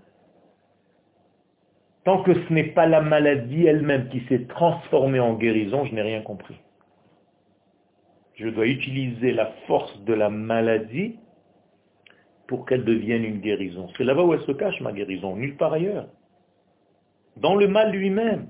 Tant que ce n'est pas la maladie elle-même qui s'est transformée en guérison, je n'ai rien compris. Je dois utiliser la force de la maladie pour qu'elle devienne une guérison. C'est là-bas où elle se cache, ma guérison, nulle part ailleurs. Dans le mal lui-même.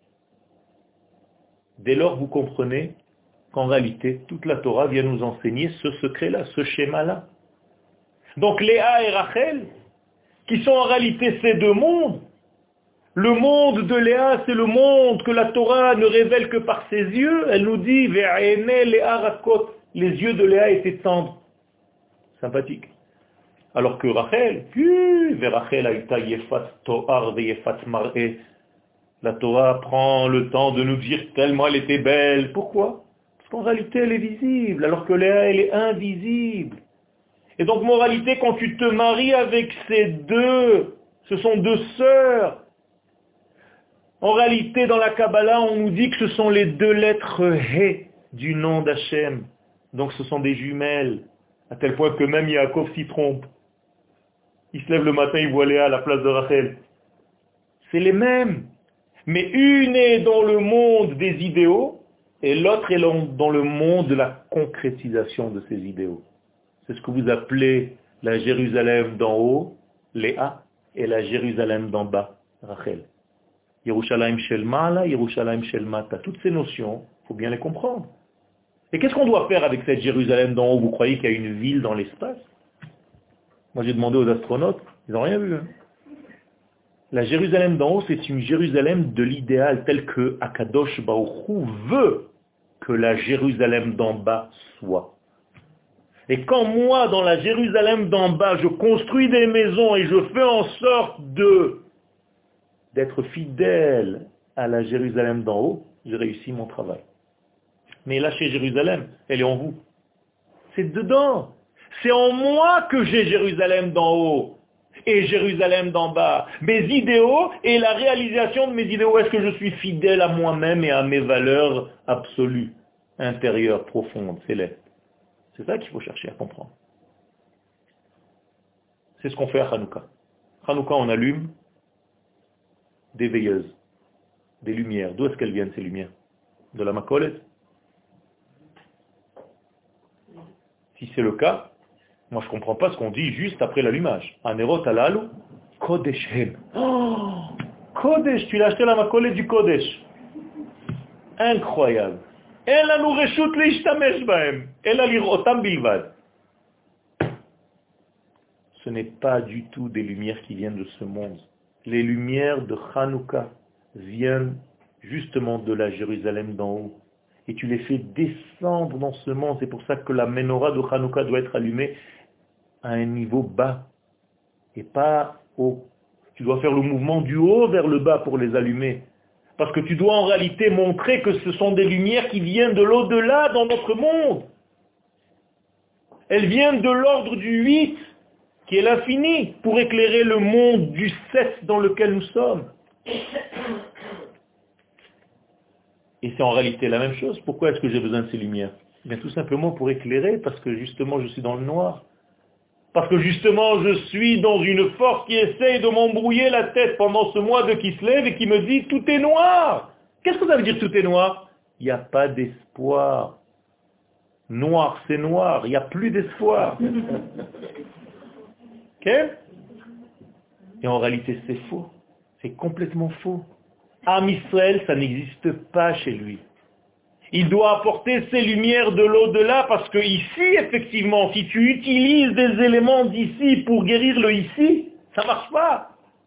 Dès lors, vous comprenez qu'en réalité, toute la Torah vient nous enseigner ce secret-là, ce schéma-là. Donc Léa et Rachel, qui sont en réalité ces deux mondes, le monde de Léa, c'est le monde que la Torah ne révèle que par ses yeux. Elle nous dit, Ve'aene Léa rakot, les yeux de Léa étaient tendres. Sympathique. Alors que Rachel, puis, Ve'Rachel aïta yefat to'ar ve'yefat mar'e. La Torah prend le temps de nous dire tellement elle était belle. Pourquoi? Parce qu'en réalité, elle est visible, alors que Léa, elle est invisible. Et donc, moralité, quand tu te maries avec ces deux, ce sont deux sœurs. En réalité, dans la Kabbalah, on nous dit que ce sont les deux lettres He du nom d'Hachem. Donc ce sont des jumelles, à tel point que même Yaakov s'y trompe. Il se lève le matin, il voit Léa à la place de Rachel. C'est les mêmes. Mais une est dans le monde des idéaux, et l'autre est dans le monde de la concrétisation de ces idéaux. C'est ce que vous appelez la Jérusalem d'en haut, Léa, et la Jérusalem d'en bas, Rachel. Yerushalayim shel Ma'ala, Yerushalayim shel Mata. Toutes ces notions, il faut bien les comprendre. Et qu'est-ce qu'on doit faire avec cette Jérusalem d'en haut? Vous croyez qu'il y a une ville dans l'espace? Moi j'ai demandé aux astronautes, ils n'ont rien vu. Hein. La Jérusalem d'en haut, c'est une Jérusalem de l'idéal tel que Akadosh Baruch Hu veut que la Jérusalem d'en bas soit. Et quand moi, dans la Jérusalem d'en bas, je construis des maisons et je fais en sorte de d'être fidèle à la Jérusalem d'en haut, j'ai réussi mon travail. Mais là, chez Jérusalem, elle est en vous. C'est dedans. C'est en moi que j'ai Jérusalem d'en haut et Jérusalem d'en bas. Mes idéaux et la réalisation de mes idéaux. Est-ce que je suis fidèle à moi-même et à mes valeurs absolues, intérieures, profondes, célestes? C'est ça qu'il faut chercher à comprendre. C'est ce qu'on fait à Hanouka. Hanouka, on allume des veilleuses, des lumières. D'où est-ce qu'elles viennent ces lumières? De la Makolet? Si c'est le cas, moi je ne comprends pas ce qu'on dit juste après l'allumage. Anerot alalu, Kodeshem. Oh, Kodesh, tu l'as acheté la Makolet du Kodesh. Incroyable. Elle a nous reshut leishtamesh bahem. Elle a lirotam bilvad. Ce n'est pas du tout des lumières qui viennent de ce monde. Les lumières de Hanouka viennent justement de la Jérusalem d'en haut. Et tu les fais descendre dans ce monde. C'est pour ça que la menorah de Hanouka doit être allumée à un niveau bas. Et pas haut. Tu dois faire le mouvement du haut vers le bas pour les allumer. Parce que tu dois en réalité montrer que ce sont des lumières qui viennent de l'au-delà dans notre monde. Elles viennent de l'ordre du huit, qui est l'infini, pour éclairer le monde du sept dans lequel nous sommes. Et c'est en réalité la même chose. Pourquoi est-ce que j'ai besoin de ces lumières? Bien tout simplement pour éclairer, parce que justement je suis dans le noir. Parce que justement je suis dans une force qui essaye de m'embrouiller la tête pendant ce mois de Kislev et qui me dit tout est noir. Qu'est-ce que ça veut dire tout est noir? Il n'y a pas d'espoir. Noir c'est noir, il n'y a plus d'espoir. Okay? Et en réalité, c'est faux. C'est complètement faux. Am Israël, ça n'existe pas chez lui. Il doit apporter ces lumières de l'au-delà parce que ici, effectivement, si tu utilises des éléments d'ici pour guérir le ici, ça ne marche pas.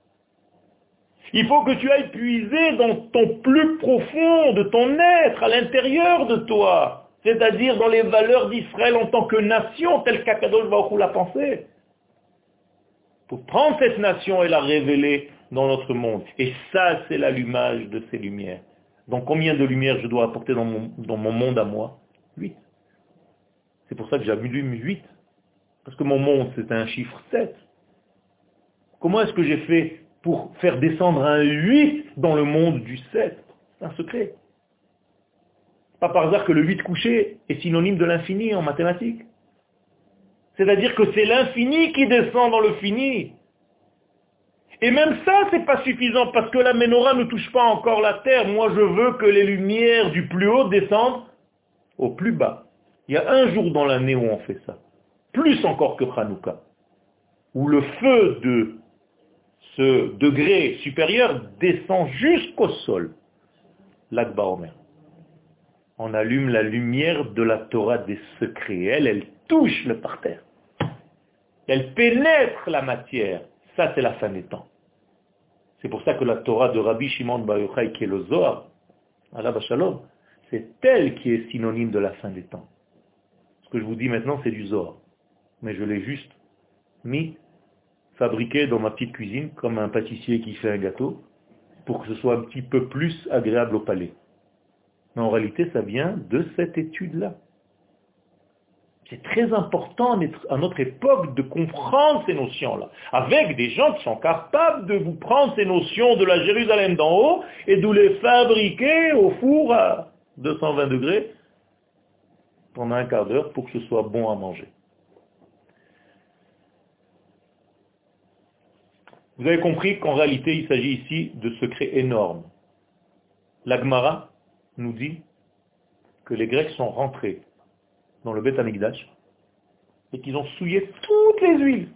Il faut que tu ailles puiser dans ton plus profond de ton être, à l'intérieur de toi, c'est-à-dire dans les valeurs d'Israël en tant que nation, telle qu'Akadosh Baruch Hu l'a pensé. Pour prendre cette nation et la révéler dans notre monde. Et ça, c'est l'allumage de ces lumières. Donc combien de lumières je dois apporter dans mon, dans mon monde à moi? Huit. C'est pour ça que j'allume huit. Parce que mon monde, c'est un chiffre sept. Comment est-ce que j'ai fait pour faire descendre un huit dans le monde du sept? C'est un secret. Pas par hasard que le huit couché est synonyme de l'infini en mathématiques. C'est-à-dire que c'est l'infini qui descend dans le fini. Et même ça, c'est pas suffisant parce que la menorah ne touche pas encore la terre. Moi, je veux que les lumières du plus haut descendent au plus bas. Il y a un jour dans l'année où on fait ça. Plus encore que Hanouka. Où le feu de ce degré supérieur descend jusqu'au sol. L'Akba Omer. On allume la lumière de la Torah des secrets. Elle, elle touche le parterre. Elle pénètre la matière. Ça, c'est la fin des temps. C'est pour ça que la Torah de Rabbi Shimon Bar Yochai, qui est le Zohar, Alav Shalom, c'est elle qui est synonyme de la fin des temps. Ce que je vous dis maintenant, c'est du Zohar. Mais je l'ai juste mis, fabriqué dans ma petite cuisine, comme un pâtissier qui fait un gâteau, pour que ce soit un petit peu plus agréable au palais. Mais en réalité, ça vient de cette étude-là. C'est très important à notre époque de comprendre ces notions-là, avec des gens qui sont capables de vous prendre ces notions de la Jérusalem d'en haut et de les fabriquer au four à deux cent vingt degrés pendant un quart d'heure pour que ce soit bon à manger. Vous avez compris qu'en réalité, il s'agit ici de secrets énormes. La Gemara nous dit que les Grecs sont rentrés dans le Beth Amikdash et qu'ils ont souillé toutes les huiles.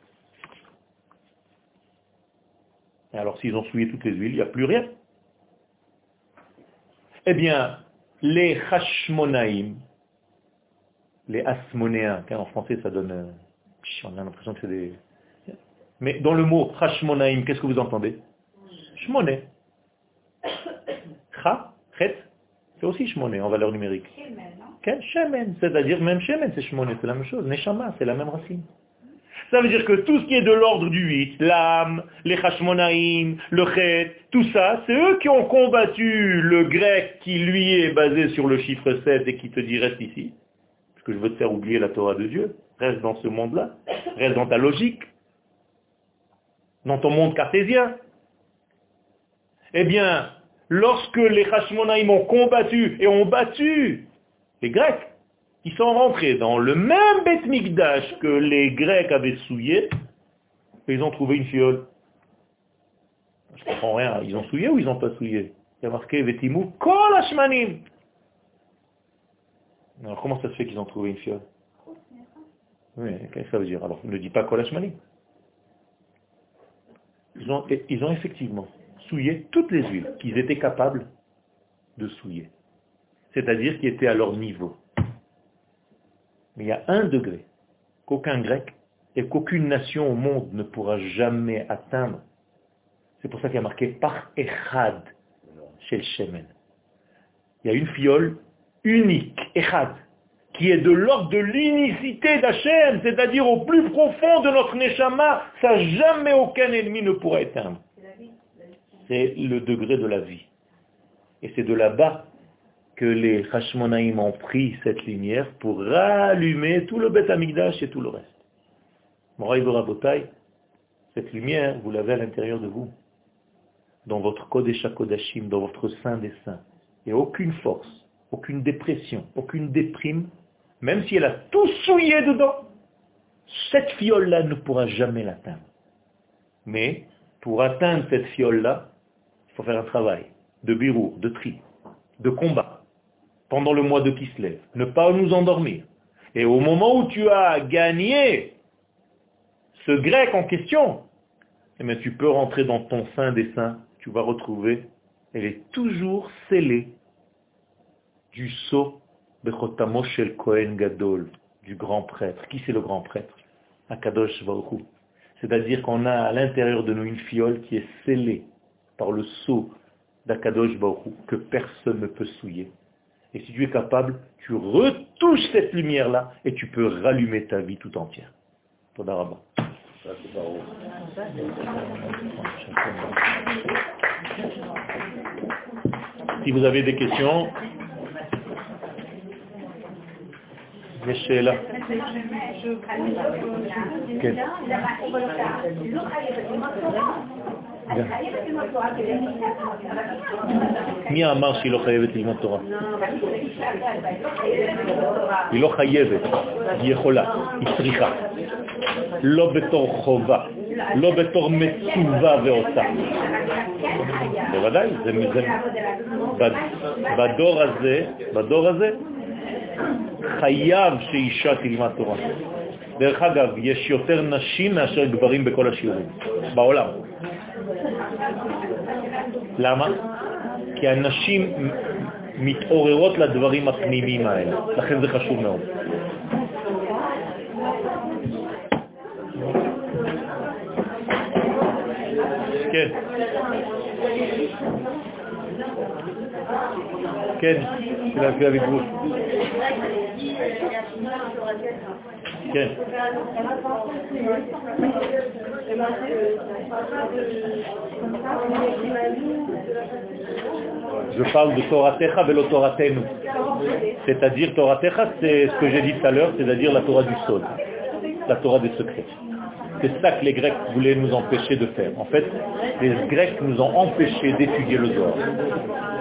Et alors s'ils ont souillé toutes les huiles, il n'y a plus rien. Eh bien, les Hashmonaïm, les Asmonéens, car en français ça donne... Euh, on a l'impression que c'est des... Mais dans le mot Hashmonaïm, qu'est-ce que vous entendez? Shmoné. Cha, Chet, c'est aussi Shmoné en valeur numérique. Shemen, c'est-à-dire même Shemen, c'est Shmoné, c'est la même chose. Neshama, c'est la même racine. Ça veut dire que tout ce qui est de l'ordre du huit, l'âme, les Hashmonaïm, le Chet, tout ça, c'est eux qui ont combattu le grec qui lui est basé sur le chiffre sept et qui te dit reste ici. Parce que je veux te faire oublier la Torah de Dieu. Reste dans ce monde-là. Reste dans ta logique. Dans ton monde cartésien. Eh bien, lorsque les Hashmonaïm ont combattu et ont battu les Grecs, ils sont rentrés dans le même Beth Mikdash que les Grecs avaient souillé, et ils ont trouvé une fiole. Je ne comprends rien. Ils ont souillé ou ils n'ont pas souillé? Il y a marqué Vetimu Kol Hashmanim. Alors comment ça se fait qu'ils ont trouvé une fiole? Oui, qu'est-ce que ça veut dire? Alors ne dis pas Kol Hashmanim. Ils ont, ils ont effectivement souillé toutes les huiles qu'ils étaient capables de souiller. C'est-à-dire qui étaient à leur niveau. Mais il y a un degré qu'aucun grec et qu'aucune nation au monde ne pourra jamais atteindre. C'est pour ça qu'il y a marqué par Echad chez le Shemen. Il y a une fiole unique, Echad, qui est de l'ordre de l'unicité d'Hachem, c'est-à-dire au plus profond de notre Neshama, ça jamais aucun ennemi ne pourra éteindre. C'est le degré de la vie. Et c'est de là-bas que les Hashmonaïm ont pris cette lumière pour rallumer tout le Beth Amikdash et tout le reste. Moraï Rabotai, cette lumière, vous l'avez à l'intérieur de vous, dans votre Kodesh HaKodashim, dans votre Saint des Saints. Et aucune force, aucune dépression, aucune déprime, même si elle a tout souillé dedans, cette fiole-là ne pourra jamais l'atteindre. Mais, pour atteindre cette fiole-là, il faut faire un travail de birour, de tri, de combat. Pendant le mois de Kislev, ne pas nous endormir. Et au moment où tu as gagné ce grec en question, eh bien, tu peux rentrer dans ton sein des saints, tu vas retrouver elle est toujours scellée du sceau Bechotamo Shel Kohen Gadol, du grand prêtre. Qui c'est le grand prêtre? Akadosh Baruch Hu. C'est-à-dire qu'on a à l'intérieur de nous une fiole qui est scellée par le sceau d'Akadosh Baruch Hu, que personne ne peut souiller. Et si tu es capable, tu retouches cette lumière-là et tu peux rallumer ta vie tout entière. Toda Rabba. Si vous avez des questions, des שאלה. כן. מי אמר שהיא לא חייבת ללמוד תורה? היא לא חייבת, היא יכולה, היא צריכה. לא בתור חובה, לא בתור מצווה ועושה. בוודאי, זה מזה. בדור הזה, בדור הזה, חייב שאישה תלמד תורה. דרך אגב, יש יותר נשים מאשר גברים בכל השיעורים, בעולם. למה? כי הנשים מתעוררות לדברים הפנימיים האלה, לכן זה חשוב מאוד. כן. כן, תפילה תפילה בגבול. כן. Je parle de Toratecha velo Toratenu. C'est-à-dire Toratecha, c'est ce que j'ai dit tout à l'heure, c'est-à-dire la Torah du sol, la Torah des secrets. C'est ça que les Grecs voulaient nous empêcher de faire. En fait, les Grecs nous ont empêché d'étudier le Zohar.